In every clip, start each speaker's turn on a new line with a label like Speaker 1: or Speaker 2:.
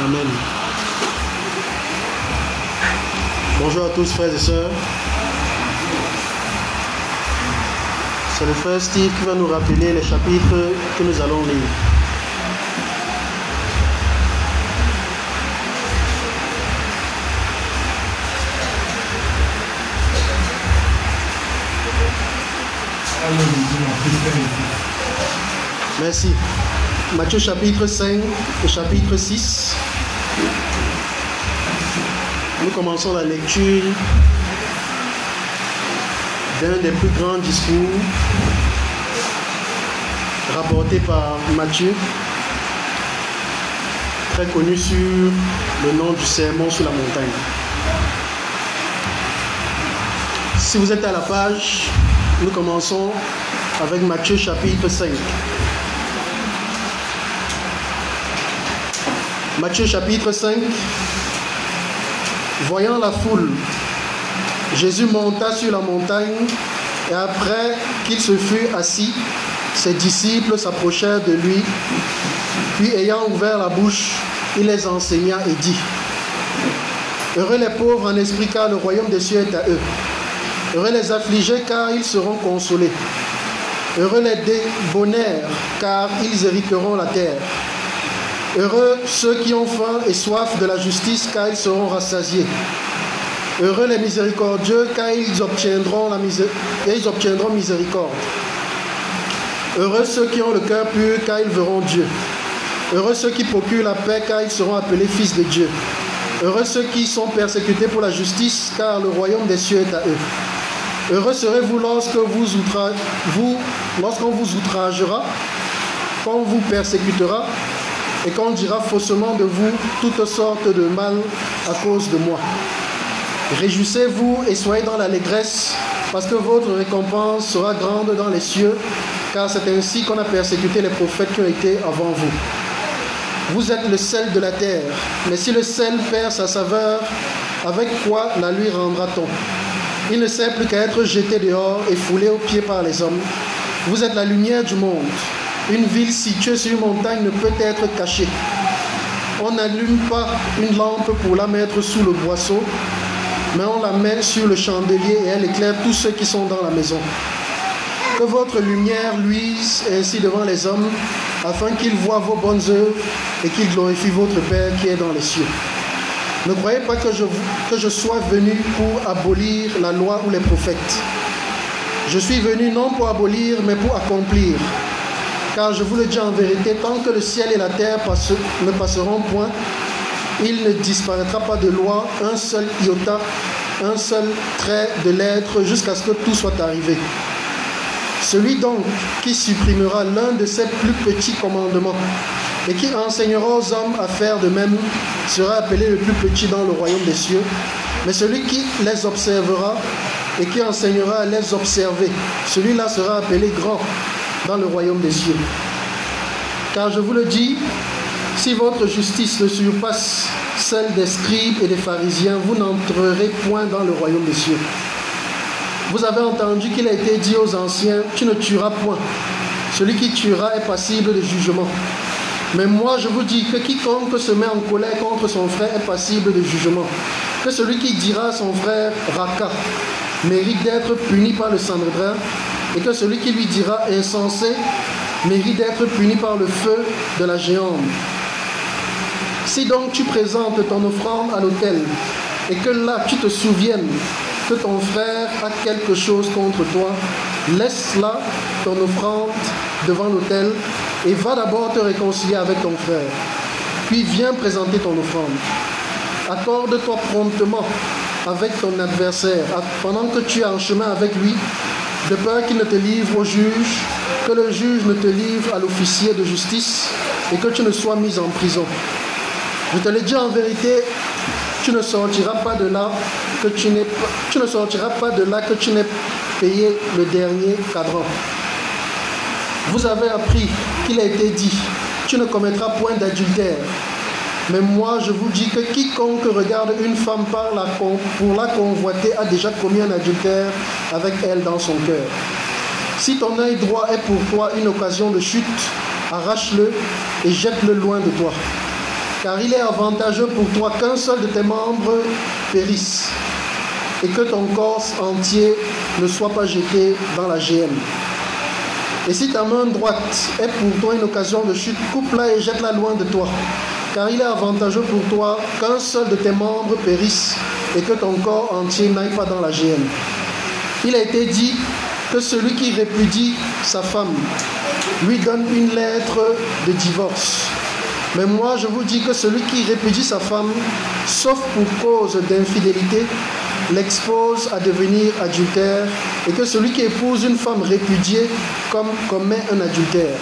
Speaker 1: Amen. Bonjour à tous, frères et sœurs. C'est le frère Steve qui va nous rappeler les chapitres que nous allons lire. Merci. Matthieu chapitre 5 et chapitre 6. Nous commençons la lecture d'un des plus grands discours rapporté par Matthieu, très connu sur le nom du sermon sur la montagne. Si vous êtes à la page, nous commençons avec Matthieu chapitre 5. Matthieu chapitre 5. Voyant la foule, Jésus monta sur la montagne et après qu'il se fut assis, ses disciples s'approchèrent de lui. Puis ayant ouvert la bouche, il les enseigna et dit: Heureux les pauvres en esprit, car le royaume des cieux est à eux. Heureux les affligés, car ils seront consolés. Heureux les débonnaires, car ils hériteront la terre. Heureux ceux qui ont faim et soif de la justice, car ils seront rassasiés. Heureux les miséricordieux, car ils obtiendront miséricorde. Heureux ceux qui ont le cœur pur, car ils verront Dieu. Heureux ceux qui procurent la paix, car ils seront appelés fils de Dieu. Heureux ceux qui sont persécutés pour la justice, car le royaume des cieux est à eux. Heureux serez-vous lorsqu'on vous outragera, qu'on vous persécutera, et qu'on dira faussement de vous toutes sortes de mal à cause de moi. Réjouissez-vous et soyez dans l'allégresse, parce que votre récompense sera grande dans les cieux, car c'est ainsi qu'on a persécuté les prophètes qui ont été avant vous. Vous êtes le sel de la terre, mais si le sel perd sa saveur, avec quoi la lui rendra-t-on? Il ne sert plus qu'à être jeté dehors et foulé aux pieds par les hommes. Vous êtes la lumière du monde. Une ville située sur une montagne ne peut être cachée. On n'allume pas une lampe pour la mettre sous le boisseau, mais on la met sur le chandelier et elle éclaire tous ceux qui sont dans la maison. Que votre lumière luise ainsi devant les hommes, afin qu'ils voient vos bonnes œuvres et qu'ils glorifient votre Père qui est dans les cieux. Ne croyez pas que je sois venu pour abolir la loi ou les prophètes. Je suis venu non pour abolir, mais pour accomplir. Car je vous le dis en vérité, tant que le ciel et la terre ne passeront point, il ne disparaîtra pas de loi un seul iota, un seul trait de lettre, jusqu'à ce que tout soit arrivé. Celui donc qui supprimera l'un de ces plus petits commandements et qui enseignera aux hommes à faire de même sera appelé le plus petit dans le royaume des cieux. Mais celui qui les observera et qui enseignera à les observer, celui-là sera appelé grand dans le royaume des cieux. Car je vous le dis, si votre justice ne surpasse celle des scribes et des pharisiens, vous n'entrerez point dans le royaume des cieux. Vous avez entendu qu'il a été dit aux anciens: tu ne tueras point. Celui qui tuera est passible de jugement. Mais moi je vous dis que quiconque se met en colère contre son frère est passible de jugement. Que celui qui dira à son frère Raka mérite d'être puni par le Sanhédrin, et que celui qui lui dira insensé mérite d'être puni par le feu de la géhenne. Si donc tu présentes ton offrande à l'autel, et que là tu te souviennes que ton frère a quelque chose contre toi, laisse là ton offrande devant l'autel, et va d'abord te réconcilier avec ton frère. Puis viens présenter ton offrande. Accorde-toi promptement avec ton adversaire, pendant que tu es en chemin avec lui, de peur qu'il ne te livre au juge, que le juge ne te livre à l'officier de justice et que tu ne sois mis en prison. Je te le dis en vérité, tu ne sortiras pas de là que tu n'aies payé le dernier cadran. Vous avez appris qu'il a été dit: tu ne commettras point d'adultère. Mais moi, je vous dis que quiconque regarde une femme pour la convoiter a déjà commis un adultère avec elle dans son cœur. Si ton œil droit est pour toi une occasion de chute, arrache-le et jette-le loin de toi. car il est avantageux pour toi qu'un seul de tes membres périsse et que ton corps entier ne soit pas jeté dans la géhenne. Et si ta main droite est pour toi une occasion de chute, coupe-la et jette-la loin de toi, car il est avantageux pour toi qu'un seul de tes membres périsse et que ton corps entier n'aille pas dans la géhenne. Il a été dit que celui qui répudie sa femme lui donne une lettre de divorce. Mais moi, je vous dis que celui qui répudie sa femme, sauf pour cause d'infidélité, l'expose à devenir adultère, et que celui qui épouse une femme répudiée commet un adultère.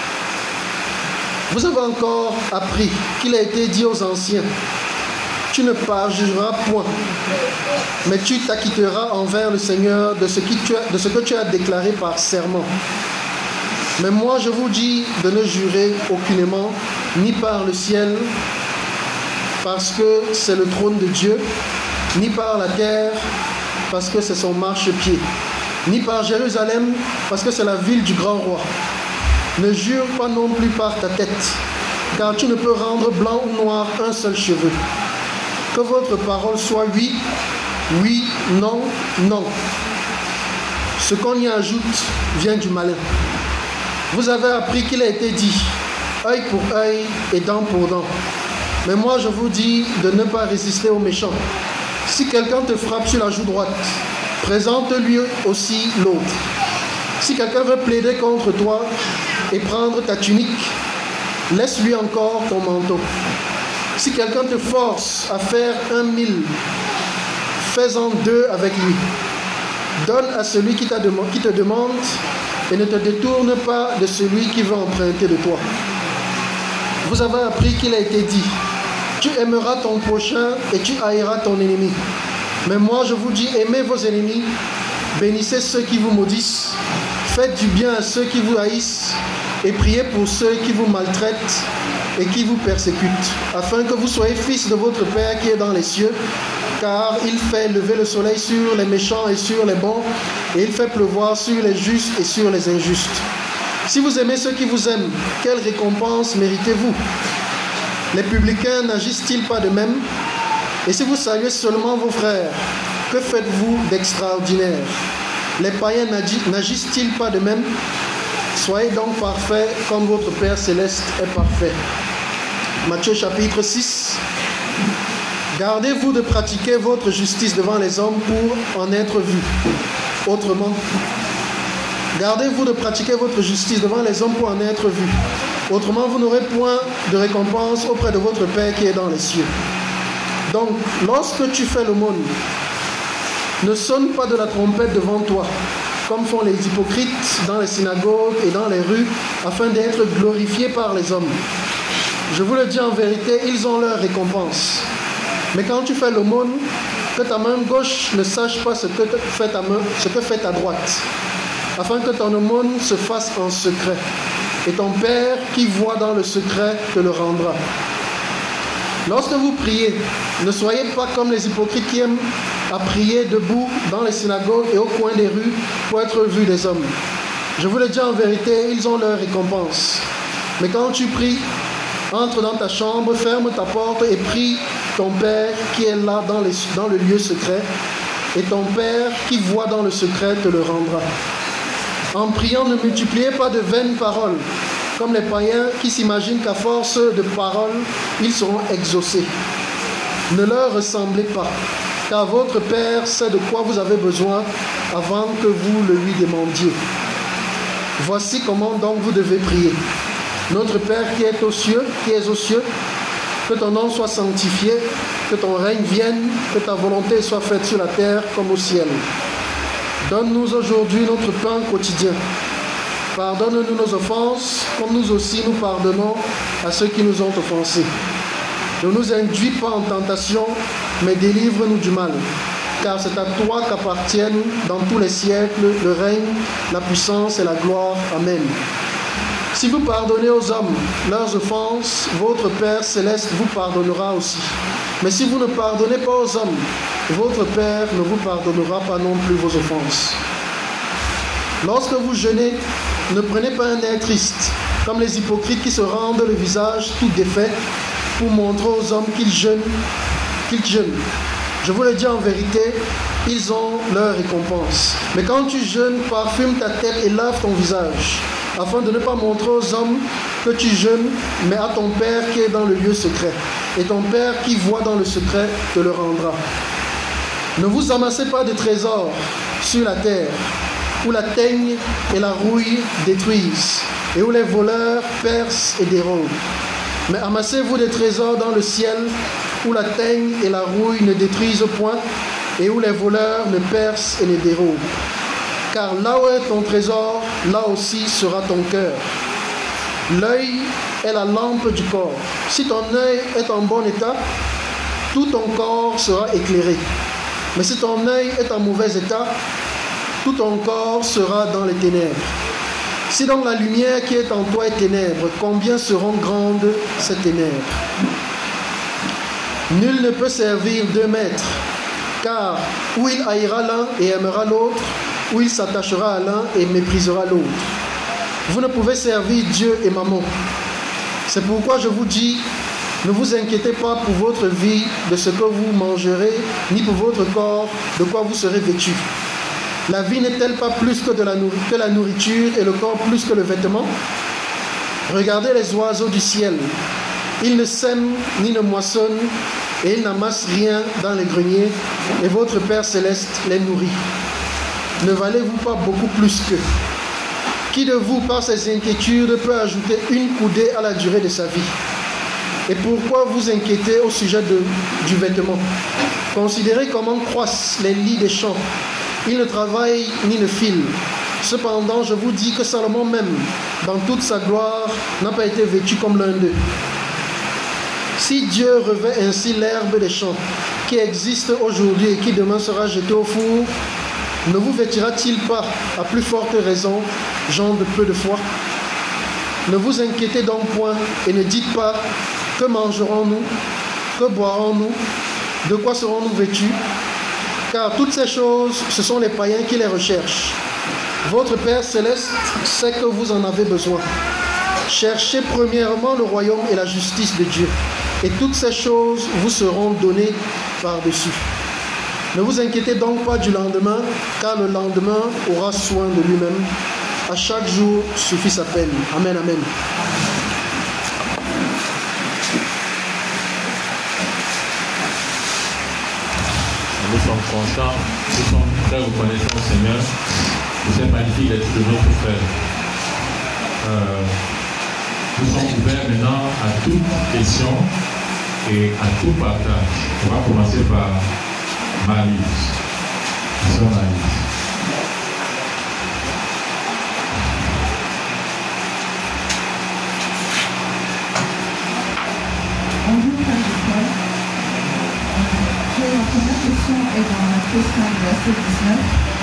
Speaker 1: Vous avez encore appris qu'il a été dit aux anciens, tu ne parjureras point, mais tu t'acquitteras envers le Seigneur de ce que tu as déclaré par serment. Mais moi, je vous dis de ne jurer aucunement, ni par le ciel, parce que c'est le trône de Dieu, ni par la terre, parce que c'est son marchepied, ni par Jérusalem, parce que c'est la ville du grand roi. Ne jure pas non plus par ta tête, car tu ne peux rendre blanc ou noir un seul cheveu. Que votre parole soit oui, oui, non, non. Ce qu'on y ajoute vient du malin. Vous avez appris qu'il a été dit, œil pour œil et dent pour dent. Mais moi je vous dis de ne pas résister aux méchants. Si quelqu'un te frappe sur la joue droite, présente-lui aussi l'autre. Si quelqu'un veut plaider contre toi et prendre ta tunique, laisse-lui encore ton manteau. Si quelqu'un te force à faire 1 000, fais-en 2 avec lui. Donne à celui qui te demande et ne te détourne pas de celui qui veut emprunter de toi. Vous avez appris qu'il a été dit, tu aimeras ton prochain et tu haïras ton ennemi. Mais moi je vous dis, aimez vos ennemis, bénissez ceux qui vous maudissent, faites du bien à ceux qui vous haïssent et priez pour ceux qui vous maltraitent et qui vous persécutent, afin que vous soyez fils de votre Père qui est dans les cieux, car il fait lever le soleil sur les méchants et sur les bons, et il fait pleuvoir sur les justes et sur les injustes. Si vous aimez ceux qui vous aiment, quelle récompense méritez-vous? Les publicains n'agissent-ils pas de même? Et si vous saluez seulement vos frères, que faites-vous d'extraordinaire? Les païens n'agissent-ils pas de même? Soyez donc parfaits comme votre Père céleste est parfait. Matthieu chapitre 6. Gardez-vous de pratiquer votre justice devant les hommes pour en être vus. Autrement, gardez-vous de pratiquer votre justice devant les hommes pour en être vus. Autrement, vous n'aurez point de récompense auprès de votre Père qui est dans les cieux. Donc, lorsque tu fais l'aumône, ne sonne pas de la trompette devant toi, comme font les hypocrites dans les synagogues et dans les rues, afin d'être glorifiés par les hommes. Je vous le dis en vérité, ils ont leur récompense. Mais quand tu fais l'aumône, que ta main gauche ne sache pas ce que fait ta droite, afin que ton aumône se fasse en secret. Et ton Père qui voit dans le secret te le rendra. Lorsque vous priez, ne soyez pas comme les hypocrites qui aiment à prier debout dans les synagogues et au coin des rues pour être vus des hommes. Je vous le dis en vérité, ils ont leur récompense. Mais quand tu pries, entre dans ta chambre, ferme ta porte et prie ton Père qui est là dans le lieu secret, et ton Père qui voit dans le secret te le rendra. En priant, ne multipliez pas de vaines paroles, comme les païens qui s'imaginent qu'à force de paroles, ils seront exaucés. Ne leur ressemblez pas, car votre Père sait de quoi vous avez besoin avant que vous le lui demandiez. Voici comment donc vous devez prier. Notre Père qui es aux cieux, que ton nom soit sanctifié, que ton règne vienne, que ta volonté soit faite sur la terre comme au ciel. Donne-nous aujourd'hui notre pain quotidien. Pardonne-nous nos offenses, comme nous aussi nous pardonnons à ceux qui nous ont offensés. Ne nous induis pas en tentation, mais délivre-nous du mal. Car c'est à toi qu'appartiennent dans tous les siècles le règne, la puissance et la gloire. Amen. Si vous pardonnez aux hommes leurs offenses, votre Père céleste vous pardonnera aussi. Mais si vous ne pardonnez pas aux hommes, votre Père ne vous pardonnera pas non plus vos offenses. Lorsque vous jeûnez, ne prenez pas un air triste, comme les hypocrites qui se rendent le visage tout défait pour montrer aux hommes qu'ils jeûnent. Je vous le dis en vérité, ils ont leur récompense. Mais quand tu jeûnes, parfume ta tête et lave ton visage, afin de ne pas montrer aux hommes que tu jeûnes, mais à ton Père qui est dans le lieu secret. Et ton Père qui voit dans le secret te le rendra. Ne vous amassez pas de trésors sur la terre, où la teigne et la rouille détruisent, et où les voleurs percent et dérobent. Mais amassez-vous des trésors dans le ciel, où la teigne et la rouille ne détruisent point, et où les voleurs ne percent et ne dérobent. Car là où est ton trésor, là aussi sera ton cœur. L'œil est la lampe du corps. Si ton œil est en bon état, tout ton corps sera éclairé. Mais si ton œil est en mauvais état, tout ton corps sera dans les ténèbres. Si donc la lumière qui est en toi est ténèbres, combien seront grandes ces ténèbres? Nul ne peut servir deux maîtres, car ou il haïra l'un et aimera l'autre, ou il s'attachera à l'un et méprisera l'autre. Vous ne pouvez servir Dieu et Mammon. C'est pourquoi je vous dis, ne vous inquiétez pas pour votre vie de ce que vous mangerez, ni pour votre corps de quoi vous serez vêtus. La vie n'est-elle pas plus que la nourriture et le corps plus que le vêtement? Regardez les oiseaux du ciel. Ils ne sèment ni ne moissonnent et ils n'amassent rien dans les greniers, et votre Père céleste les nourrit. Ne valez-vous pas beaucoup plus qu'eux? Qui de vous, par ses inquiétudes, peut ajouter une coudée à la durée de sa vie? Et pourquoi vous inquiétez au sujet du vêtement? Considérez comment croissent les lys des champs. Ils ne travaillent ni ne filent. Cependant, je vous dis que Salomon même, dans toute sa gloire, n'a pas été vêtu comme l'un d'eux. Si Dieu revêt ainsi l'herbe des champs, qui existe aujourd'hui et qui demain sera jetée au four, ne vous vêtira-t-il pas, à plus forte raison, gens de peu de foi? Ne vous inquiétez donc point et ne dites pas, que mangerons-nous? Que boirons-nous? De quoi serons-nous vêtus? Car toutes ces choses, ce sont les païens qui les recherchent. Votre Père céleste sait que vous en avez besoin. Cherchez premièrement le royaume et la justice de Dieu, et toutes ces choses vous seront données par-dessus. Ne vous inquiétez donc pas du lendemain, car le lendemain aura soin de lui-même. À chaque jour suffit sa peine. Amen, amen.
Speaker 2: Nous sommes contents, nous sommes très reconnaissants au Seigneur pour cette magnifique lecture de notre frère. Nous sommes ouverts maintenant à toute question et à tout partage. On va commencer par Marie. Sœur Marie.
Speaker 3: Bonjour, frères et sœurs. La première question est dans Matthieu 5, verset 19.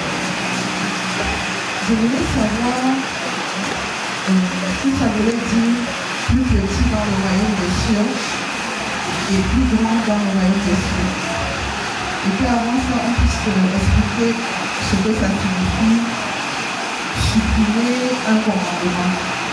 Speaker 3: Je voulais savoir si ça voulait dire plus petit dans le royaume des cieux et plus grand dans le royaume des cieux. Et puis avant ça, on puisse expliquer ce que ça signifie supprimer un commandement.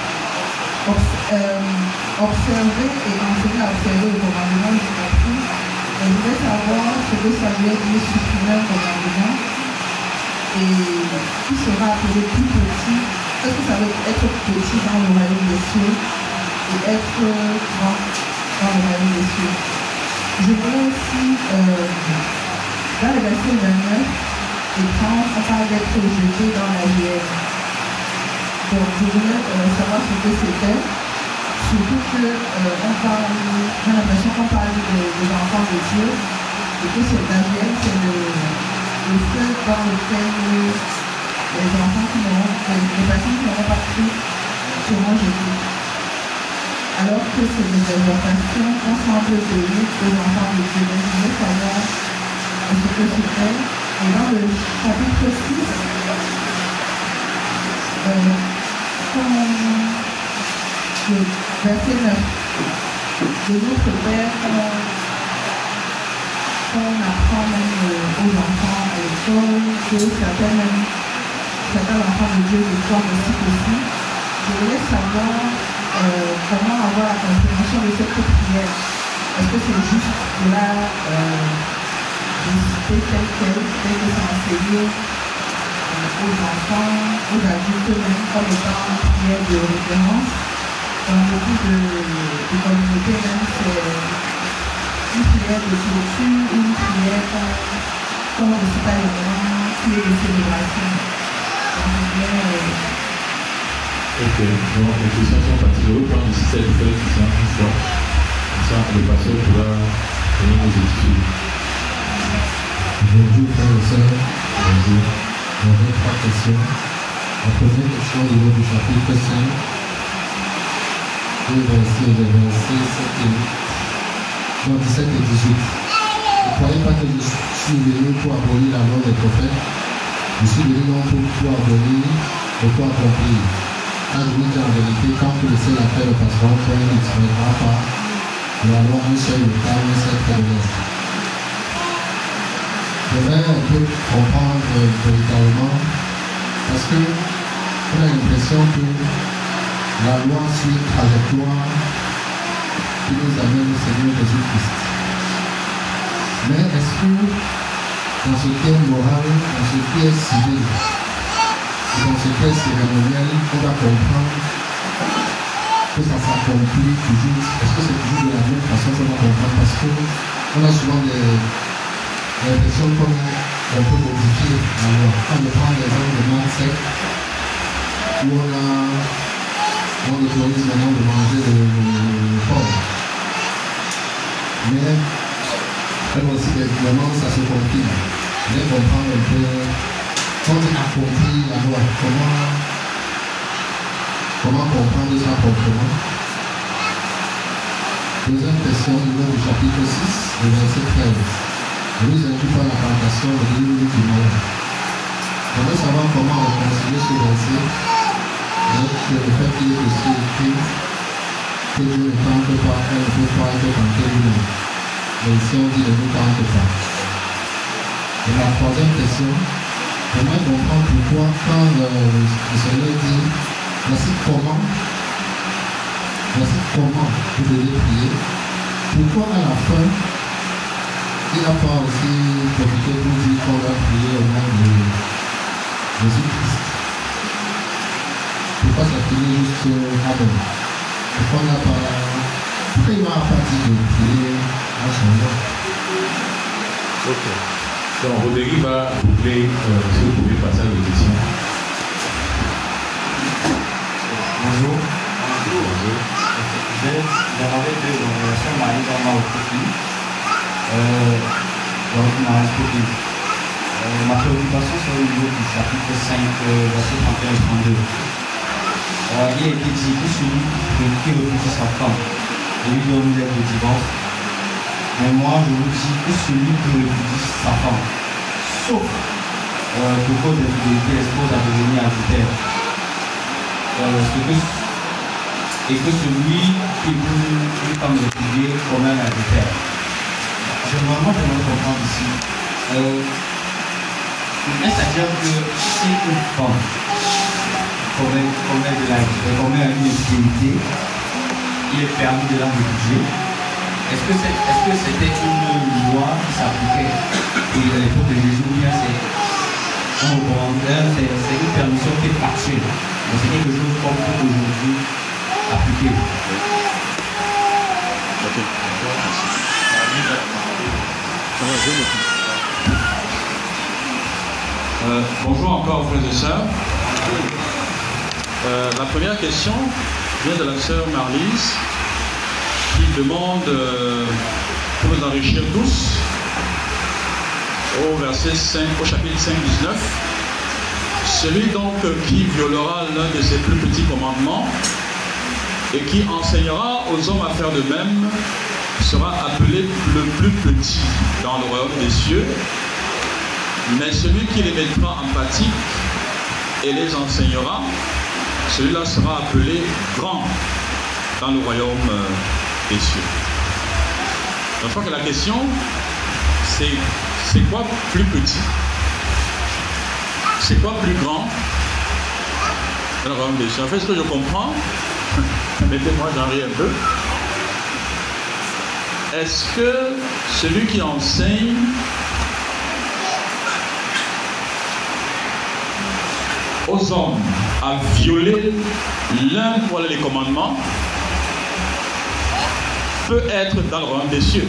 Speaker 3: Observer et enseigner à observer le commandement du compris. Et je voulais savoir ce que ça veut dire supprimer un commandement et qui sera appelé plus petit. Qu'est-ce que ça veut être petit dans le royaume des cieux et être grand dans le royaume des cieux? Je voulais aussi, dans le verset 29 et 30, on parle d'être jeté dans la hyène. Donc je voulais savoir ce que c'était. Surtout que j'ai l'impression qu'on parle des enfants de Dieu et que cette hyène, c'est le feu dans lequel les enfants les personnes qui n'auront pas cru seront jetées. Alors que c'est des exhortations qu'on semble donner aux enfants de Dieu. Donc je voulais savoir ce que c'était. Et dans le chapitre 6, le verset 9 de notre Père qu'on apprend même aux enfants à l'école, que certains enfants de Dieu le soient aussi aussi. Je voulais savoir comment avoir la compréhension de cette prière. est-ce que c'est juste de la réciter tel que c'est enseigné aux enfants, aux adultes même, comme étant une prière de référence? Dans beaucoup de communautés même, c'est une prière de clôture, une prière comme on ne sait pas le moment, qui est de célébration.
Speaker 2: Ok, donc les questions sont parties. Je vais prendre ici cette feuille qui sont une fois. Comme ça, le pasteur pourra venir nous expliquer.
Speaker 4: Bonjour frères et sœurs. Bonjour. On a 3 questions. La première question au niveau du chapitre 5. Les versets 7 et 8. Non, 17 et 18. Ne croyez pas que je suis venu pour abolir la loi des prophètes. Je suis venu non pour abolir, mais pour accomplir. Car je vous dis en vérité, quand le ciel et la terre passeront, point ne disparaîtra pas. De la loi, un seul le calme, c'est très de l'Est. Je vais un peu comprendre véritablement, parce que on a l'impression que la loi suit une trajectoire qui nous amène au Seigneur Jésus-Christ. Mais est-ce que dans ce qui est moral, dans ce qui est civil, dans ce qui est cérémoniel, on va comprendre que ça s'accomplit toujours? Est-ce que c'est toujours de la même façon qu'on va comprendre? Parce qu'on a souvent l'impression qu'on peut modifier la loi. Quand je prends l'exemple de Marseille, où on autorise maintenant de manger le porc. Mais aussi, évidemment, ça se complique. Je vais comprendre un peu quand on accomplit la loi, comment comprendre ça proprement. Deuxième question, au niveau du chapitre 6, le verset 13. Ne vous inclut pas la tentation, le délivre du monde. On veut savoir comment réconcilier ce verset avec le fait qu'il est aussi écrit que Dieu ne tente pas, elle ne peut pas être tentée lui-même. Mais ici on dit ne nous tente pas. Et la troisième question, j'aimerais comprendre pourquoi quand le Seigneur dit voici comment vous devez prier, pourquoi à la fin il n'a pas aussi profité pour dire qu'on va prier au nom de Jésus-Christ? Pourquoi ça finit juste Amen? Pourquoi il ne m'a pas dit de prier à son nom?
Speaker 2: Ok. Donc, Rodrigue va boucler, si vous pouvez passer à la question.
Speaker 5: Bonjour. Bonjour. J'avais deux relations mariées dans ma copine. Ma préoccupation c'est au niveau du chapitre 5, verset 31 et 32. Il a été dit que celui qui refuse sa femme et lui donne l'aide de divorce. Mais moi je vous dis que celui qui refuse sa femme, sauf pour cause d'infidélité, expose à devenir adultère. Et que celui qui épouse une femme répudiée commet un adultère. J'aimerais comprendre ici. C'est-à-dire que si une femme commet une infidélité, il est permis de la répudier. Est-ce que c'était une loi qui s'appliquait à l'époque de Jésus ou bien c'est une permission qui est partielle? C'est quelque chose qu'on peut aujourd'hui appliquer.
Speaker 2: Bonjour encore frères et sœurs. La première question vient de la sœur Marlise qui demande pour nous enrichir tous au chapitre 5, 19. Celui donc qui violera l'un de ses plus petits commandements et qui enseignera aux hommes à faire de même sera appelé le plus petit dans le royaume des cieux, mais celui qui les mettra en pratique et les enseignera, celui-là sera appelé grand dans le royaume des cieux. Donc, je crois que la question, c'est quoi plus petit? C'est quoi plus grand dans le royaume des cieux? En fait, ce que je comprends, mettez-moi, j'en ris un peu. est-ce que celui qui enseigne aux hommes à violer l'un pour les commandements peut être dans le royaume des cieux?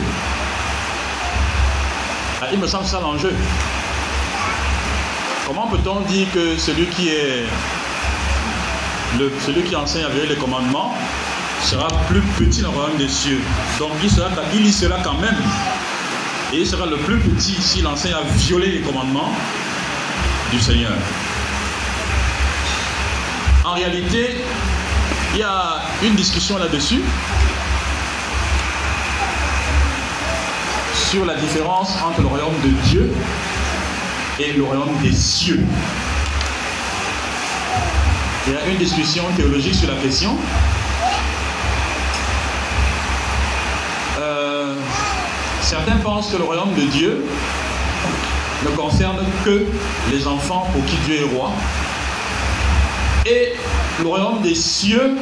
Speaker 2: Il me semble ça l'enjeu. Comment peut-on dire que celui qui enseigne à violer les commandements sera plus petit dans le royaume des cieux? Donc il y sera quand même. Et il sera le plus petit s'il enseigne à violer les commandements du Seigneur. En réalité, il y a une discussion là-dessus sur la différence entre le royaume de Dieu et le royaume des cieux. Il y a une discussion théologique sur la question. Certains pensent que le royaume de Dieu ne concerne que les enfants pour qui Dieu est roi. Et le royaume des cieux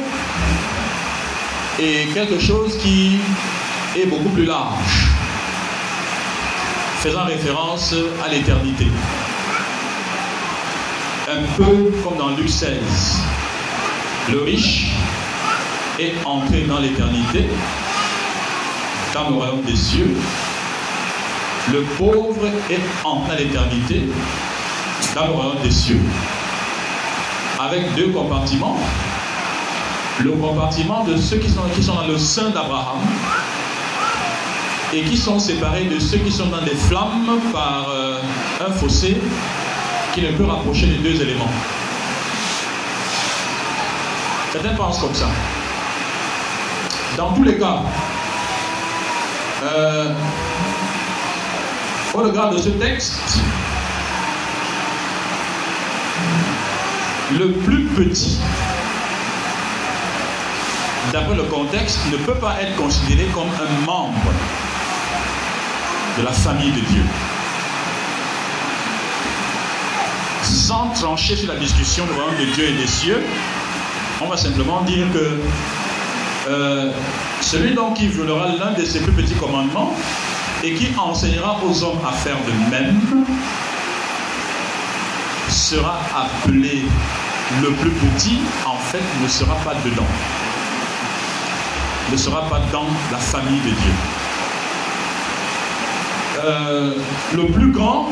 Speaker 2: est quelque chose qui est beaucoup plus large, faisant référence à l'éternité. Un peu comme dans Luc 16. Le riche est entré dans l'éternité, dans le royaume des cieux. Le pauvre est entré à l'éternité, dans le royaume des cieux. Avec deux compartiments. Le compartiment de ceux qui sont dans le sein d'Abraham et qui sont séparés de ceux qui sont dans des flammes par un fossé qui ne peut rapprocher les deux éléments. Certains pensent comme ça. Dans tous les cas, au regard de ce texte, le plus petit, d'après le contexte, ne peut pas être considéré comme un membre de la famille de Dieu. Sans trancher sur la discussion du royaume de Dieu et des cieux, on va simplement dire que celui donc qui violera l'un de ses plus petits commandements et qui enseignera aux hommes à faire de même sera appelé le plus petit, en fait, ne sera pas dedans. Ne sera pas dans la famille de Dieu. Le plus grand,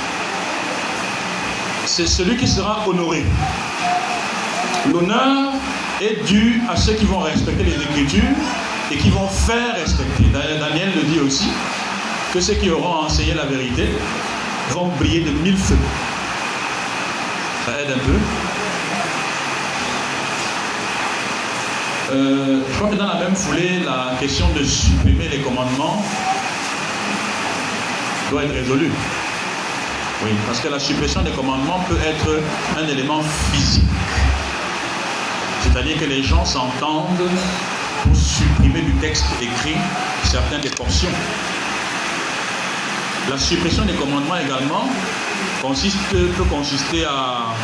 Speaker 2: c'est celui qui sera honoré. L'honneur est dû à ceux qui vont respecter les Écritures et qui vont faire respecter. Daniel le dit aussi, que ceux qui auront enseigné la vérité vont briller de 1000 feux. Ça aide un peu. Je crois que dans la même foulée, la question de supprimer les commandements doit être résolue. Oui, parce que la suppression des commandements peut être un élément physique. C'est-à-dire que les gens s'entendent pour supprimer du texte écrit certaines des portions. La suppression des commandements également peut consister à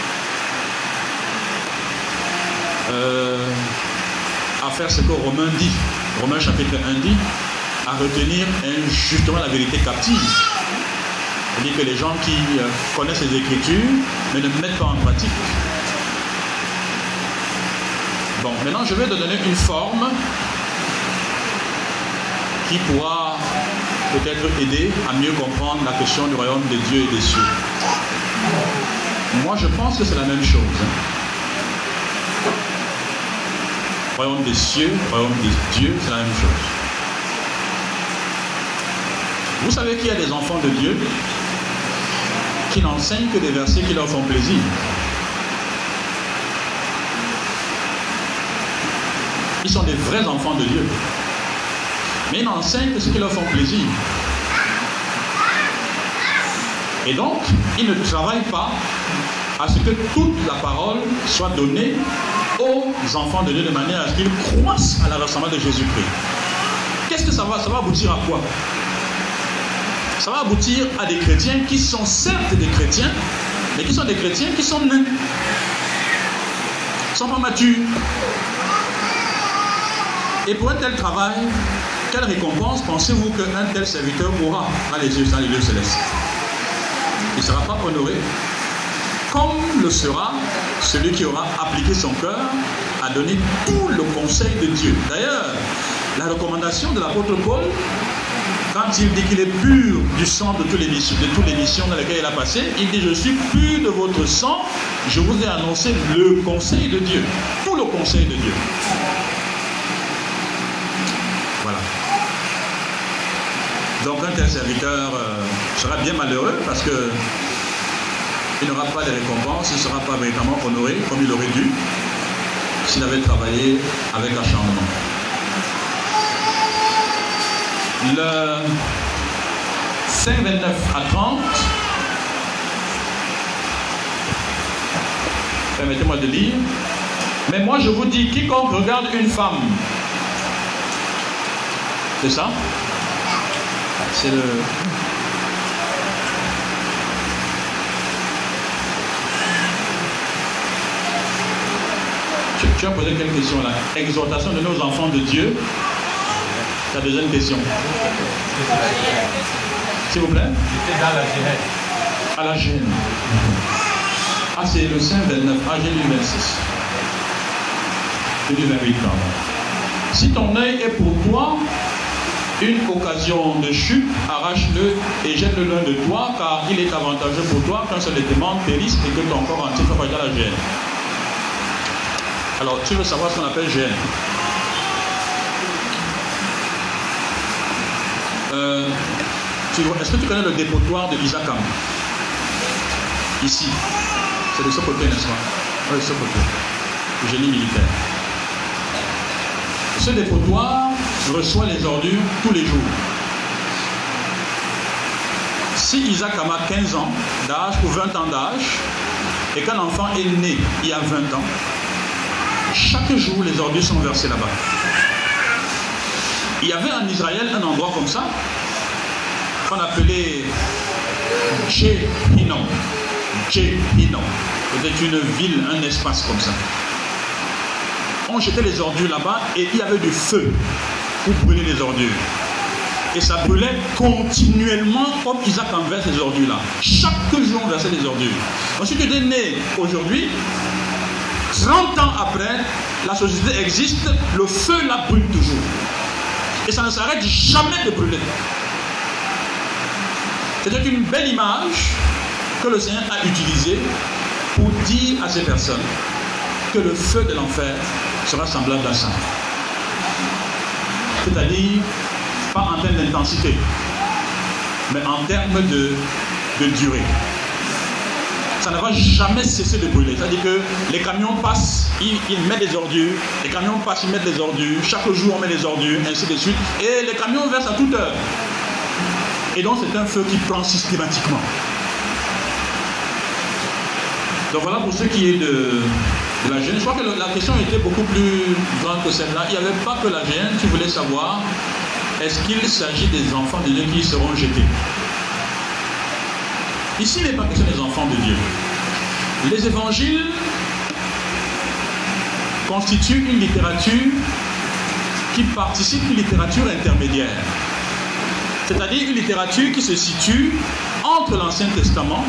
Speaker 2: faire ce que Romains dit. Romains chapitre 1 dit, à retenir injustement la vérité captive. C'est-à-dire que les gens qui connaissent les Écritures, mais ne mettent pas en pratique. Bon, maintenant je vais te donner une forme qui pourra peut-être aider à mieux comprendre la question du royaume de Dieu et des cieux. Moi je pense que c'est la même chose. Royaume des cieux, royaume des dieux, c'est la même chose. Vous savez qu'il y a des enfants de Dieu qui n'enseignent que des versets qui leur font plaisir. Ils sont des vrais enfants de Dieu. Mais ils n'enseignent que ce qui leur font plaisir. Et donc, ils ne travaillent pas à ce que toute la parole soit donnée aux enfants de Dieu de manière à ce qu'ils croissent à la ressemblance de Jésus-Christ. Qu'est-ce que ça va aboutir à quoi? Ça va aboutir à des chrétiens qui sont certes des chrétiens, mais qui sont des chrétiens qui sont nains. Ils ne sont pas matures. Et pour un tel travail, quelle récompense pensez-vous qu'un tel serviteur aura dans les lieux célestes? Il ne sera pas honoré, comme le sera celui qui aura appliqué son cœur à donner tout le conseil de Dieu. D'ailleurs, la recommandation de l'apôtre Paul, quand il dit qu'il est pur du sang de toutes les missions dans lesquelles il a passé, il dit: je suis pur de votre sang, je vous ai annoncé le conseil de Dieu, tout le conseil de Dieu. Voilà. Donc un tel serviteur sera bien malheureux parce que il n'aura pas de récompense, il ne sera pas véritablement honoré comme il aurait dû s'il avait travaillé avec acharnement. Le 5:29 à 30, permettez-moi de lire. Mais moi je vous dis, quiconque regarde une femme, c'est ça? C'est le... Tu as posé quelle question là? Exhortation de nos enfants de Dieu. Ta deuxième question. S'il vous plaît.
Speaker 6: J'étais dans la Genèse.
Speaker 2: À la Genèse. Ah, c'est le 5:29. Ah, j'ai lu 26. J'ai lu 28, pardon. Si ton œil est pour toi une occasion de chute, arrache-le et jette-le loin de toi, car il est avantageux pour toi qu'un seul de tes membres périsse et que ton corps entier soit dans la Genèse. Alors, tu veux savoir ce qu'on appelle gêne? Est-ce que tu connais le dépotoir de Isakam? Ici. C'est de ce côté, n'est-ce pas? Oui, de ce côté. Le génie militaire. Ce dépotoir reçoit les ordures tous les jours. Si Isakam a 15 ans d'âge ou 20 ans d'âge, et qu'un enfant est né il y a 20 ans, chaque jour, les ordures sont versées là-bas. Il y avait en Israël un endroit comme ça, qu'on appelait Jehinom. Jehinom. C'était une ville, un espace comme ça. On jetait les ordures là-bas et il y avait du feu pour brûler les ordures. Et ça brûlait continuellement comme Isaac enverse les ordures là. Chaque jour, on versait les ordures. Donc, si tu es né aujourd'hui, 30 ans après, la société existe, le feu la brûle toujours. Et ça ne s'arrête jamais de brûler. C'était une belle image que le Seigneur a utilisée pour dire à ces personnes que le feu de l'enfer sera semblable à ça. C'est-à-dire, pas en termes d'intensité, mais en termes de durée. Ça ne va jamais cesser de brûler. C'est-à-dire que les camions passent, ils mettent des ordures, les camions passent, ils mettent des ordures, chaque jour on met des ordures, ainsi de suite, et les camions versent à toute heure. Et donc c'est un feu qui prend systématiquement. Donc voilà pour ce qui est de la gêne. Je crois que la question était beaucoup plus grande que celle-là. Il n'y avait pas que la gêne, tu voulais savoir, est-ce qu'il s'agit des enfants de Dieu qui seront jetés? Ici, il n'est pas question des enfants de Dieu. Les évangiles constituent une littérature qui participe d'une littérature intermédiaire. C'est-à-dire une littérature qui se situe entre l'Ancien Testament,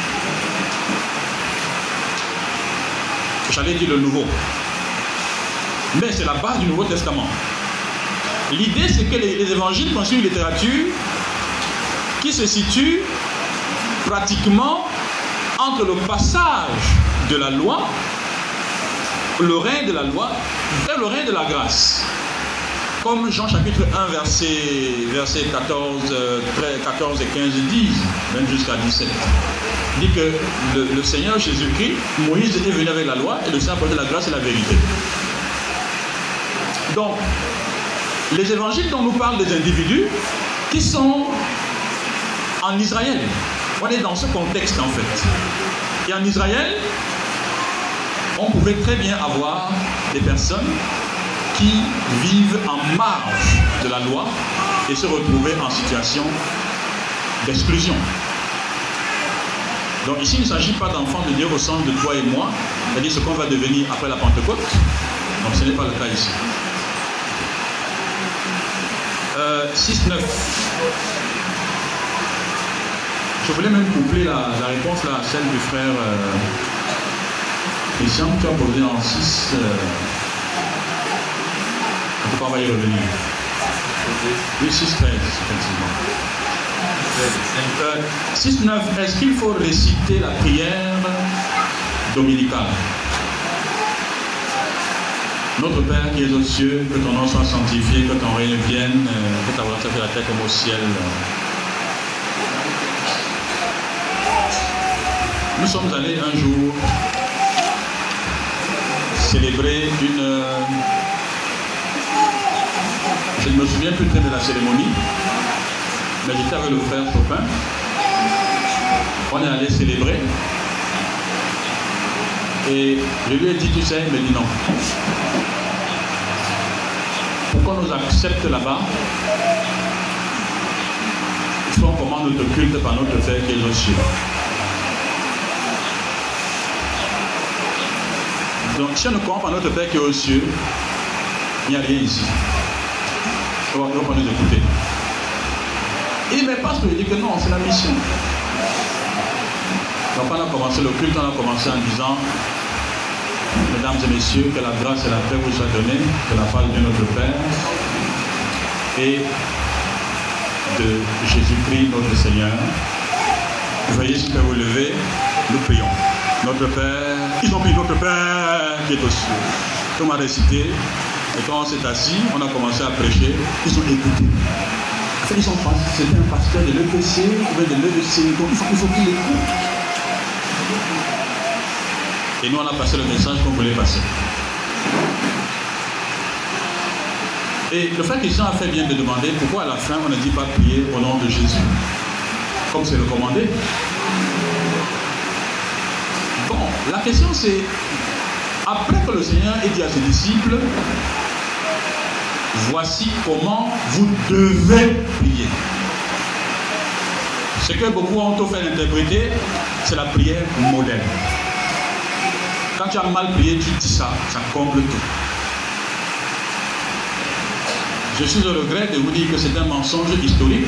Speaker 2: j'allais dire le Nouveau, mais c'est la base du Nouveau Testament. L'idée, c'est que les évangiles constituent une littérature qui se situe pratiquement entre le passage de la loi, le règne de la loi, et le règne de la grâce. Comme Jean chapitre 1, verset 14 et 15 disent, même jusqu'à 17, dit que le Seigneur Jésus-Christ, Moïse est venu avec la loi, et le Seigneur a porté la grâce et la vérité. Donc, les évangiles dont nous parlent des individus qui sont en Israël. On est dans ce contexte en fait. Et en Israël, on pouvait très bien avoir des personnes qui vivent en marge de la loi et se retrouver en situation d'exclusion. Donc ici, il ne s'agit pas d'enfants de Dieu au sens de toi et moi, c'est-à-dire ce qu'on va devenir après la Pentecôte. Donc ce n'est pas le cas ici. 6-9. Je voulais même coupler la réponse là, à celle du frère Christian, que tu as posé en 6. On va y revenir. Oui, 6-13, effectivement. 6-9, est-ce qu'il faut réciter la prière dominicale? Notre Père qui es aux cieux, que ton nom soit sanctifié, que ton règne vienne, que ta volonté soit faite à la terre comme au ciel. Nous sommes allés un jour célébrer une... Je ne me souviens plus très de la cérémonie, mais j'étais avec le frère Chopin. On est allé célébrer. Et je lui ai dit, tu sais, il m'a dit non. Pourquoi on nous accepte là-bas? Il faut qu'on commande notre culte par notre Père qui est aux cieux. Donc si on ne commande pas notre Père qui est aux cieux, il n'y a rien ici. On va nous écouter. Et mais parce que je dis que non, c'est la mission. Donc on a commencé le culte, on a commencé en disant, mesdames et messieurs, que la grâce et la paix vous soient données, que la part de notre Père et de Jésus-Christ notre Seigneur. Veuillez s'il peut vous lever, nous prions. Notre Père, ils ont pris notre Père qui est aux cieux. On m'a récité, et quand on s'est assis, on a commencé à prêcher, ils ont écouté. Enfin, ils sont pas, c'était un pasteur de l'EPC, ou de l'EPC, donc il faut qu'il écoute. Et nous, on a passé le message qu'on voulait passer. Et le frère Christian a fait bien de demander pourquoi à la fin on ne dit pas prier au nom de Jésus, comme c'est recommandé. Bon, la question c'est, après que le Seigneur ait dit à ses disciples, voici comment vous devez prier. Ce que beaucoup ont fait interpréter, c'est la prière moderne. Quand tu as mal prié, tu dis ça, ça comble tout. Je suis au regret de vous dire que c'est un mensonge historique,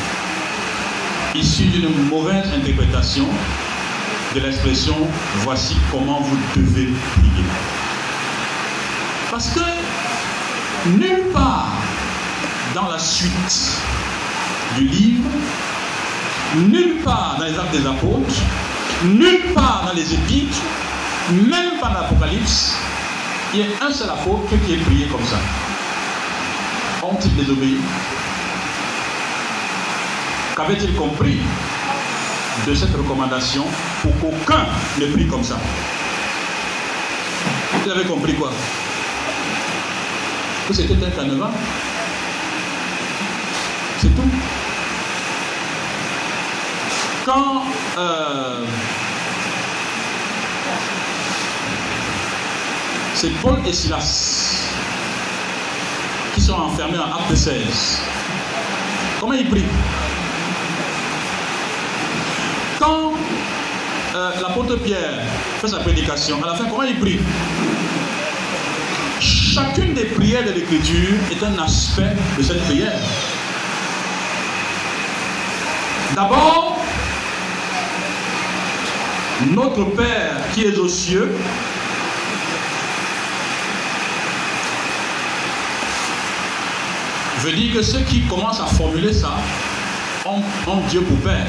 Speaker 2: issu d'une mauvaise interprétation de l'expression « voici comment vous devez prier ». Parce que nulle part dans la suite du livre, nulle part dans les Actes des Apôtres, nulle part dans les Épîtres, même pas dans l'Apocalypse, il y a un seul apôtre qui est prié comme ça. Ont-ils désobéi? Qu'avait-il compris de cette recommandation pour qu'aucun ne prie comme ça? Il avait compris quoi? Que c'était un canevas. C'est tout. Quand c'est Paul et Silas qui sont enfermés en Acte 16. Comment ils prient? Quand l'apôtre Pierre fait sa prédication, à la fin, comment il prie? Chacune des prières de l'Écriture est un aspect de cette prière. D'abord, notre Père qui est aux cieux, veut dire que ceux qui commencent à formuler ça ont Dieu pour Père.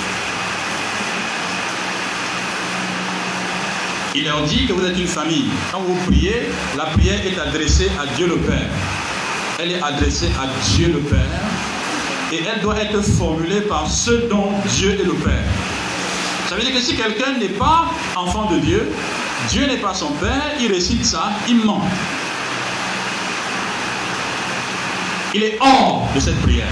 Speaker 2: Il leur dit que vous êtes une famille. Quand vous priez, la prière est adressée à Dieu le Père. Elle est adressée à Dieu le Père et elle doit être formulée par ceux dont Dieu est le Père. Ça veut dire que si quelqu'un n'est pas enfant de Dieu, Dieu n'est pas son Père, il récite ça, il ment. Il est hors de cette prière.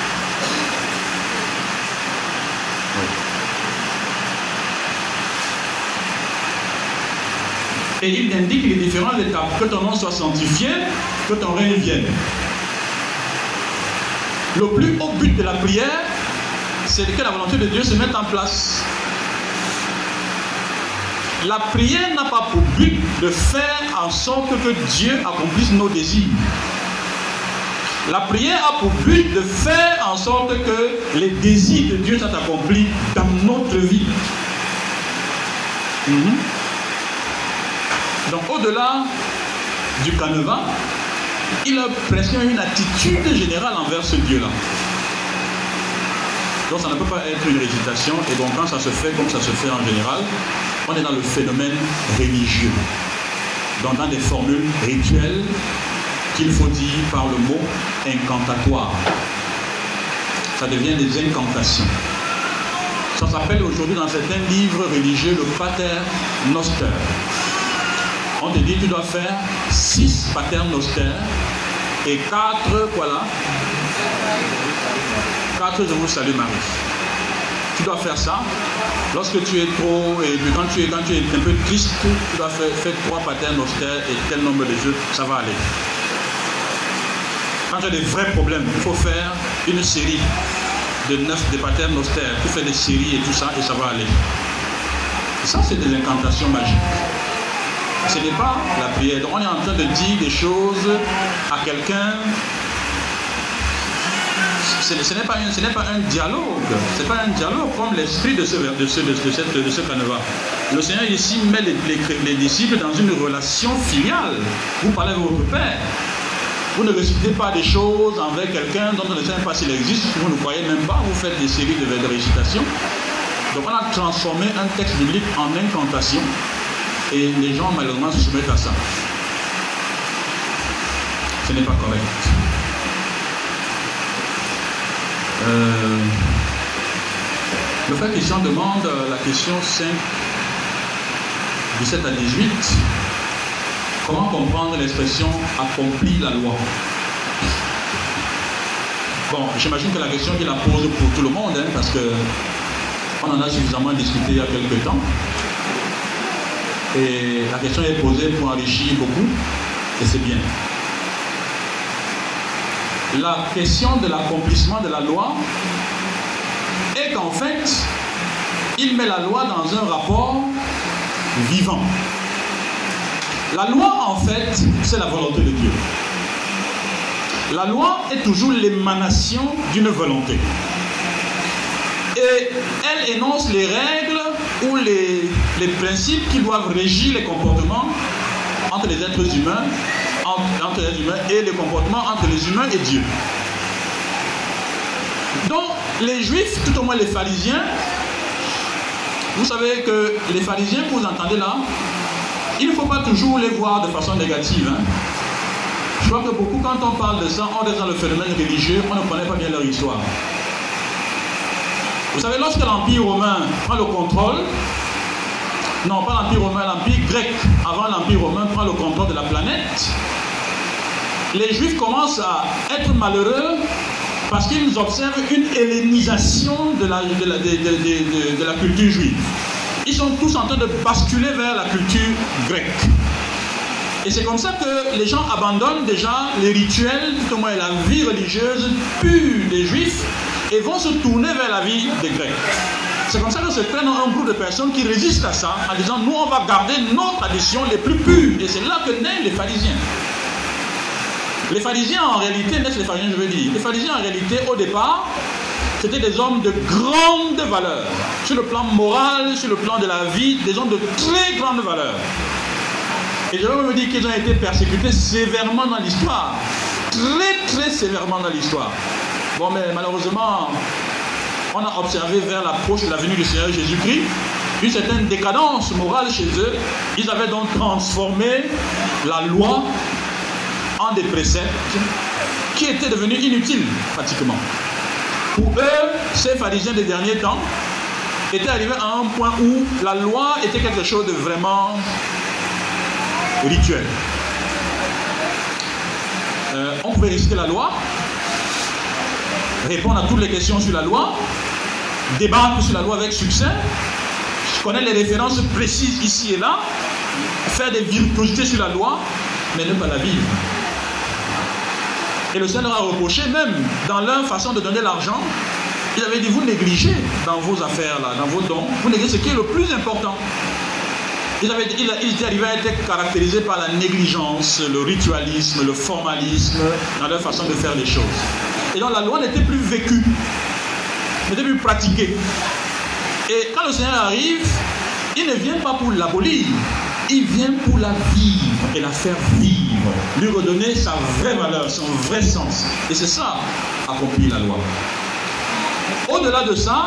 Speaker 2: Et il indique les différentes étapes. Que ton nom soit sanctifié, que ton règne vienne. Le plus haut but de la prière, c'est que la volonté de Dieu se mette en place. La prière n'a pas pour but de faire en sorte que Dieu accomplisse nos désirs. La prière a pour but de faire en sorte que les désirs de Dieu soient accomplis dans notre vie. Donc au-delà du canevas, il a presque une attitude générale envers ce Dieu-là. Donc ça ne peut pas être une récitation, et donc quand ça se fait comme ça se fait en général, on est dans le phénomène religieux. Donc dans des formules rituelles qu'il faut dire par le mot incantatoire. Ça devient des incantations. Ça s'appelle aujourd'hui dans certains livres religieux le pater noster. On te dit tu dois faire 6 pater noster et 4, voilà. 4 je vous salue Marie. Tu dois faire ça. Lorsque tu es trop, et puis quand tu es un peu triste, tu dois faire 3 pater noster et tel nombre de jeux, ça va aller. Quand tu as des vrais problèmes, il faut faire une série de 9 des pater noster. Tu fais des séries et tout ça, et ça va aller. Et ça, c'est des incantations magiques. Ce n'est pas la prière. Donc on est en train de dire des choses à quelqu'un. Ce n'est pas un dialogue. Ce n'est pas un dialogue comme l'esprit de ce canevas. Le Seigneur ici met les disciples dans une relation filiale. Vous parlez de votre Père. Vous ne récitez pas des choses avec quelqu'un dont on ne sait même pas s'il existe, vous ne croyez même pas, vous faites des séries de récitations. Donc on a transformé un texte biblique en incantation et les gens malheureusement se soumettent à ça. Ce n'est pas correct. Le frère Christian demande la question 5, 17 à 18. Comment comprendre l'expression « accomplit la loi » ? Bon, j'imagine que la question qu'il la pose pour tout le monde, hein, parce qu'on en a suffisamment discuté il y a quelques temps. Et la question est posée pour enrichir beaucoup, et c'est bien. La question de l'accomplissement de la loi est qu'en fait, il met la loi dans un rapport vivant. La loi, en fait, c'est la volonté de Dieu. La loi est toujours l'émanation d'une volonté. Et elle énonce les règles ou les principes qui doivent régir les comportements entre les êtres humains, entre les humains et les comportements entre les humains et Dieu. Donc, les Juifs, tout au moins les pharisiens, vous savez que les pharisiens que vous entendez là, il ne faut pas toujours les voir de façon négative. Hein. Je crois que beaucoup, quand on parle de ça, on est dans le phénomène religieux, on ne connaît pas bien leur histoire. Vous savez, lorsque l'Empire romain prend le contrôle, non pas l'Empire romain, l'Empire grec, avant l'Empire romain prend le contrôle de la planète, les Juifs commencent à être malheureux parce qu'ils observent une hellénisation de la culture juive. Ils sont tous en train de basculer vers la culture grecque. Et c'est comme ça que les gens abandonnent déjà les rituels, tout au moins la vie religieuse pure des Juifs, et vont se tourner vers la vie des Grecs. C'est comme ça que se crée un groupe de personnes qui résistent à ça, en disant, nous on va garder nos traditions les plus pures. Et c'est là que naissent les pharisiens. Les pharisiens en réalité, naissent les pharisiens je veux dire, les pharisiens en réalité au départ, c'était des hommes de grande valeur. Sur le plan moral, sur le plan de la vie, des hommes de très grande valeur. Et je vais me dire qu'ils ont été persécutés sévèrement dans l'histoire. Très très sévèrement dans l'histoire. Bon mais malheureusement, on a observé vers l'approche de la venue du Seigneur Jésus-Christ une certaine décadence morale chez eux. Ils avaient donc transformé la loi en des préceptes qui étaient devenus inutiles pratiquement. Pour eux, ces pharisiens des derniers temps étaient arrivés à un point où la loi était quelque chose de vraiment rituel. On pouvait réciter la loi, répondre à toutes les questions sur la loi, débattre sur la loi avec succès, connaître les références précises ici et là, faire des virtuosités sur la loi, mais ne pas la vivre. Et le Seigneur a reproché, même dans leur façon de donner l'argent, il avait dit, vous négligez dans vos affaires là, dans vos dons, vous négligez ce qui est le plus important. Ils étaient arrivés à être caractérisés par la négligence, le ritualisme, le formalisme dans leur façon de faire les choses. Et donc la loi n'était plus vécue, n'était plus pratiquée. Et quand le Seigneur arrive, il ne vient pas pour l'abolir, il vient pour la vivre et la faire vivre, lui redonner sa vraie valeur, son vrai sens. Et c'est ça, accomplir la loi. Au-delà de ça,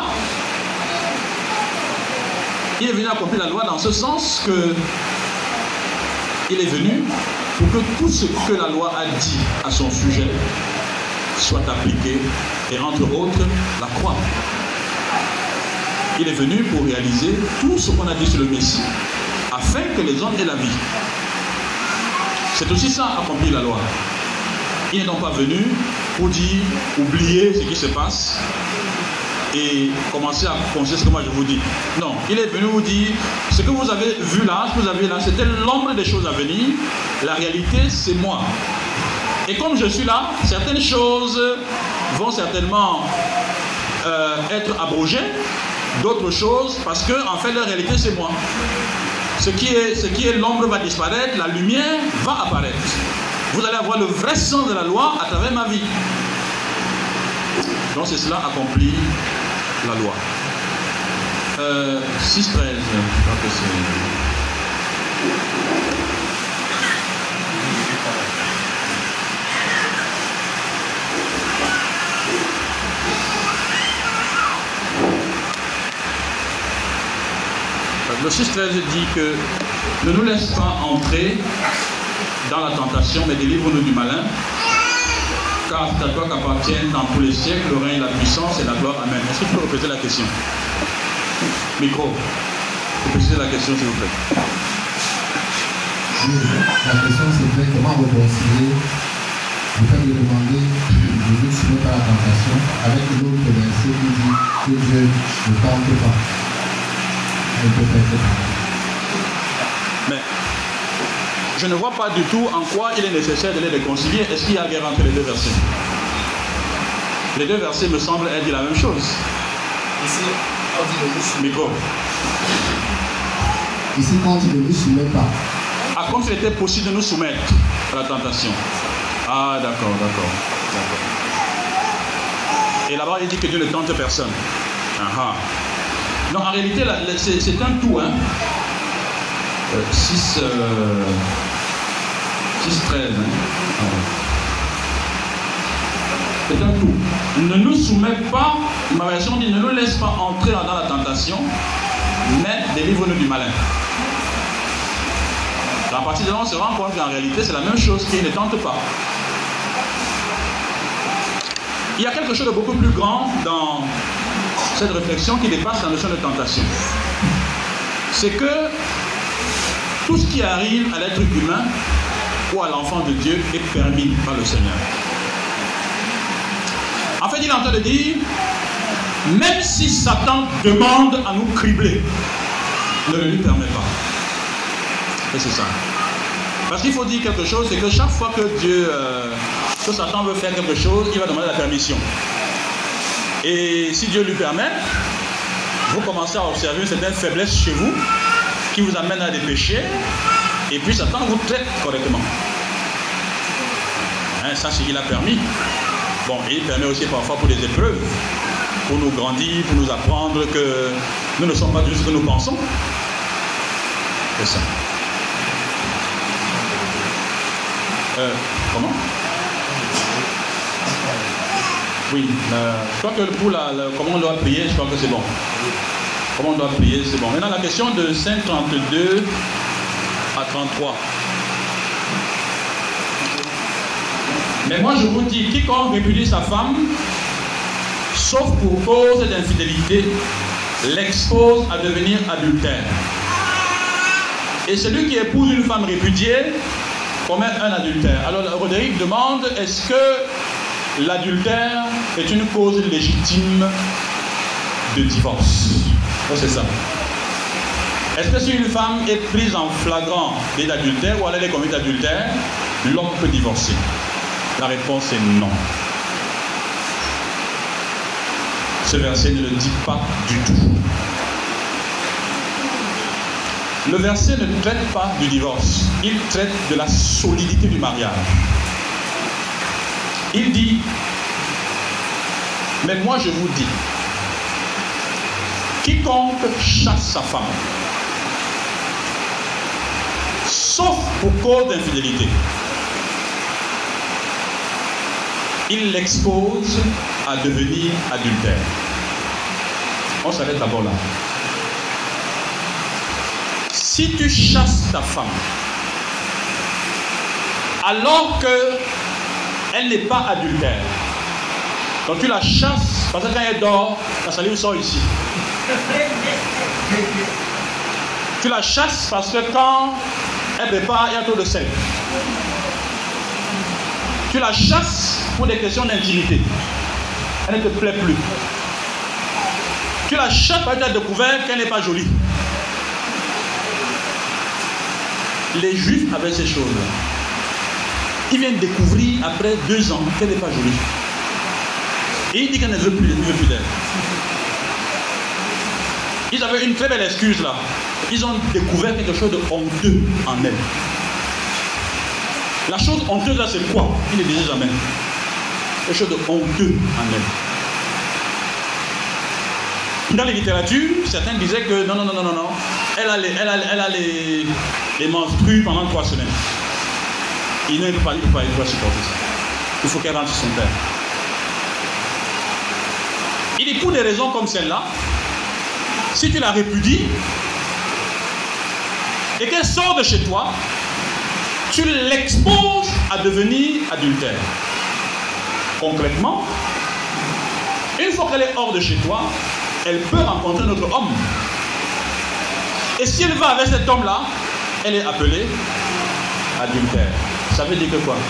Speaker 2: il est venu accomplir la loi dans ce sens que il est venu pour que tout ce que la loi a dit à son sujet soit appliqué, et entre autres, la croix. Il est venu pour réaliser tout ce qu'on a dit sur le Messie, afin que les hommes aient la vie. C'est aussi ça, accomplir la loi. Il n'est donc pas venu pour dire, oubliez ce qui se passe et commencer à penser ce que moi je vous dis. Non, il est venu vous dire, ce que vous avez vu là, ce que vous avez là, c'était l'ombre des choses à venir. La réalité, c'est moi. Et comme je suis là, certaines choses vont certainement être abrogées, d'autres choses, parce que en fait, la réalité, c'est moi. Ce qui est l'ombre va disparaître, la lumière va apparaître. Vous allez avoir le vrai sens de la loi à travers ma vie. Donc c'est cela, accomplir la loi. 6.13, je crois que c'est... Le 6.13 dit que ne nous laisse pas entrer dans la tentation, mais délivre-nous du malin, car c'est à toi qu'appartiennent dans tous les siècles le règne, la puissance et la gloire. Amen. Est-ce que tu peux répéter la question? Micro. Répétez la question, s'il vous plaît.
Speaker 4: Oui, la question c'était comment réconcilier le fait de demander de ne soumettre pas la tentation avec l'autre verset qui dit que Dieu ne tente pas.
Speaker 2: Mais je ne vois pas du tout en quoi il est nécessaire de les réconcilier. Est-ce qu'il y a guerre entre les deux versets? Les deux versets me semblent être la même chose.
Speaker 6: Ici, on dit ne nous soumet
Speaker 2: Micro.
Speaker 4: Ici, quand on dit ne nous soumet pas.
Speaker 2: Ah, comme s'il était possible de nous soumettre à la tentation. Ah, d'accord. Et là-bas, il dit que Dieu ne tente personne. Ah. Non, en réalité, c'est un tout. 6, 13. C'est un tout. Ne nous soumets pas, ma version dit, ne nous laisse pas entrer dans la tentation, mais délivre-nous du malin. À partir de là, on se rend compte qu'en réalité, c'est la même chose qui ne tente pas. Il y a quelque chose de beaucoup plus grand dans cette réflexion qui dépasse la notion de tentation. C'est que tout ce qui arrive à l'être humain ou à l'enfant de Dieu est permis par le Seigneur. En fait, il est en train de dire, même si Satan demande à nous cribler, ne le lui permet pas. Et c'est ça. Parce qu'il faut dire quelque chose, c'est que chaque fois que que Satan veut faire quelque chose, il va demander la permission. Et si Dieu lui permet, vous commencez à observer une certaine faiblesse chez vous qui vous amène à des péchés, et puis Satan vous traite correctement. Ça, c'est ce qu'il a permis. Bon, et il permet aussi parfois pour des épreuves, pour nous grandir, pour nous apprendre que nous ne sommes pas juste ce que nous pensons. C'est ça. Comment? Oui, je crois que pour comment on doit prier, je crois que c'est bon. Comment on doit prier, c'est bon. Maintenant, la question de 5:32 à 33. Mais moi, je vous dis, quiconque répudie sa femme, sauf pour cause d'infidélité, l'expose à devenir adultère. Et celui qui épouse une femme répudiée commet un adultère. Alors, Roderick demande, est-ce que l'adultère est une cause légitime de divorce? Oh, c'est ça. Est-ce que si une femme est prise en flagrant d'adultère ou elle est commise d'adultère, l'homme peut divorcer? La réponse est non. Ce verset ne le dit pas du tout. Le verset ne traite pas du divorce, il traite de la solidité du mariage. Il dit, mais moi je vous dis, quiconque chasse sa femme, sauf pour cause d'infidélité, il l'expose à devenir adultère. On s'arrête d'abord là. Si tu chasses ta femme, alors qu'elle n'est pas adultère, donc tu la chasses, parce que quand elle dort, la salive sort ici. Tu la chasses parce que quand elle prépare, il y a trop de sel. Tu la chasses pour des questions d'intimité. Elle ne te plaît plus. Tu la chasses parce que tu as découvert qu'elle n'est pas jolie. Les Juifs avaient ces choses-là. Ils viennent découvrir après 2 ans qu'elle n'est pas jolie. Et il dit qu'elle ne veut plus d'elle. Ils avaient une très belle excuse là. Ils ont découvert quelque chose de honteux en elle. La chose honteuse là, c'est quoi? Il ne disait jamais. Quelque chose de honteux en elle. Dans les littératures, certains disaient que non. Elle a les menstrues pendant 3 semaines. Il ne peut pas supporter ça. Il faut qu'elle rentre chez son père. Il dit pour des raisons comme celle-là, si tu la répudies et qu'elle sort de chez toi, tu l'exposes à devenir adultère. Concrètement, une fois qu'elle est hors de chez toi, elle peut rencontrer notre homme. Et si elle va avec cet homme-là, elle est appelée adultère. Ça veut dire que quoi?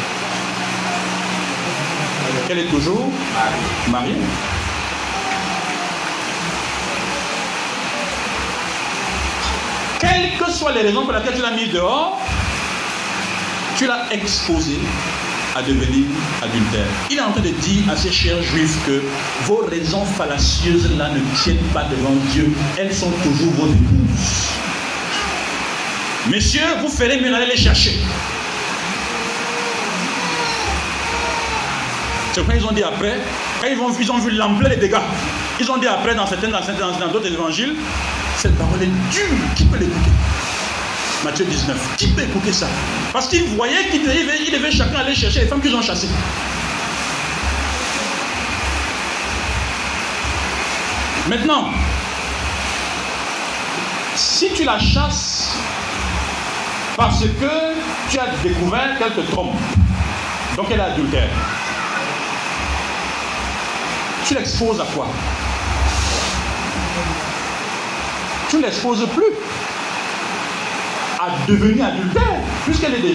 Speaker 2: Qu'elle est toujours mariée. Quelles que soient les raisons pour lesquelles tu l'as mis dehors, tu l'as exposé à devenir adultère. Il est en train de dire à ces chers juifs que vos raisons fallacieuses là ne tiennent pas devant Dieu. Elles sont toujours vos épouses. Messieurs, vous ferez mieux d'aller les chercher. C'est pourquoi ils ont dit après, quand ils ont vu l'ampleur des dégâts, ils ont dit après dans d'autres évangiles, cette parole est dure, qui peut l'écouter? Matthieu 19, qui peut écouter ça? Parce qu'ils voyaient qu'ils devaient chacun aller chercher les femmes qu'ils ont chassées. Maintenant, si tu la chasses parce que tu as découvert qu'elle te trompe, donc elle est adultère, tu l'exposes à quoi? Tu ne l'exposes plus à devenir adultère, puisqu'elle est déjà.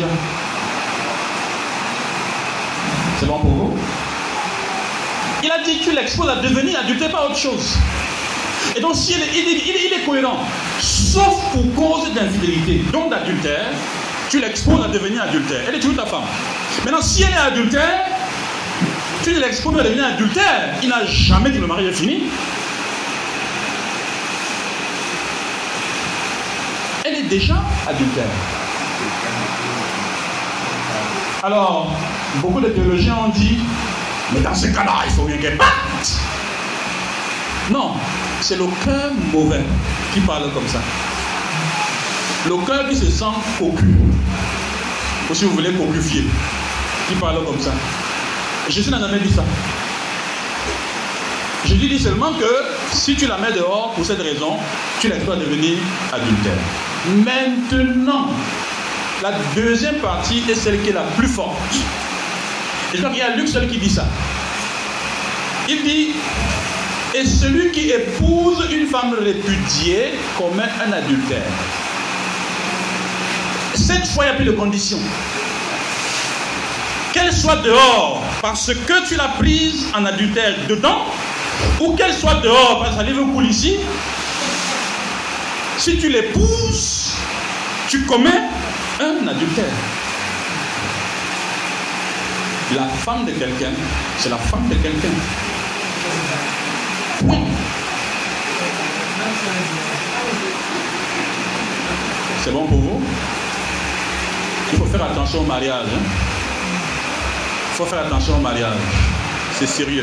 Speaker 2: C'est bon pour vous? Il a dit tu l'exposes à devenir adultère, pas autre chose. Et donc si il est cohérent, sauf pour cause d'infidélité, donc d'adultère, tu l'exposes à devenir adultère. Elle est toujours ta femme. Maintenant, si elle est adultère, tu l'exposes à devenir adultère. Il n'a jamais dit que le mariage est fini. Elle est déjà adultère. Alors, beaucoup de théologiens ont dit, mais dans ce cas-là, il faut bien qu'elle parte. Non, c'est le cœur mauvais qui parle comme ça. Le cœur qui se sent cocu, ou si vous voulez cocufié, qui parle comme ça. Jésus n'a jamais dit ça. Jésus dit seulement que si tu la mets dehors pour cette raison, tu l'exposes à devenir adultère. Maintenant, la deuxième partie est celle qui est la plus forte. Et je crois qu'il y a Luc seul qui dit ça. Il dit, et celui qui épouse une femme répudiée commet un adultère. Cette fois, il n'y a plus de conditions. Qu'elle soit dehors parce que tu l'as prise en adultère dedans, ou qu'elle soit dehors parce que ça livre coule ici, si tu l'épouses, tu commets un adultère. La femme de quelqu'un, c'est la femme de quelqu'un. Oui. C'est bon pour vous? Il faut faire attention au mariage. Hein? Il faut faire attention au mariage. C'est sérieux.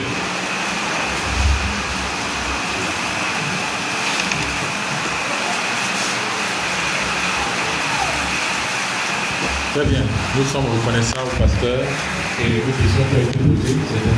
Speaker 7: Très bien. Nous sommes reconnaissants au pasteur et aux questions qui ont été posées.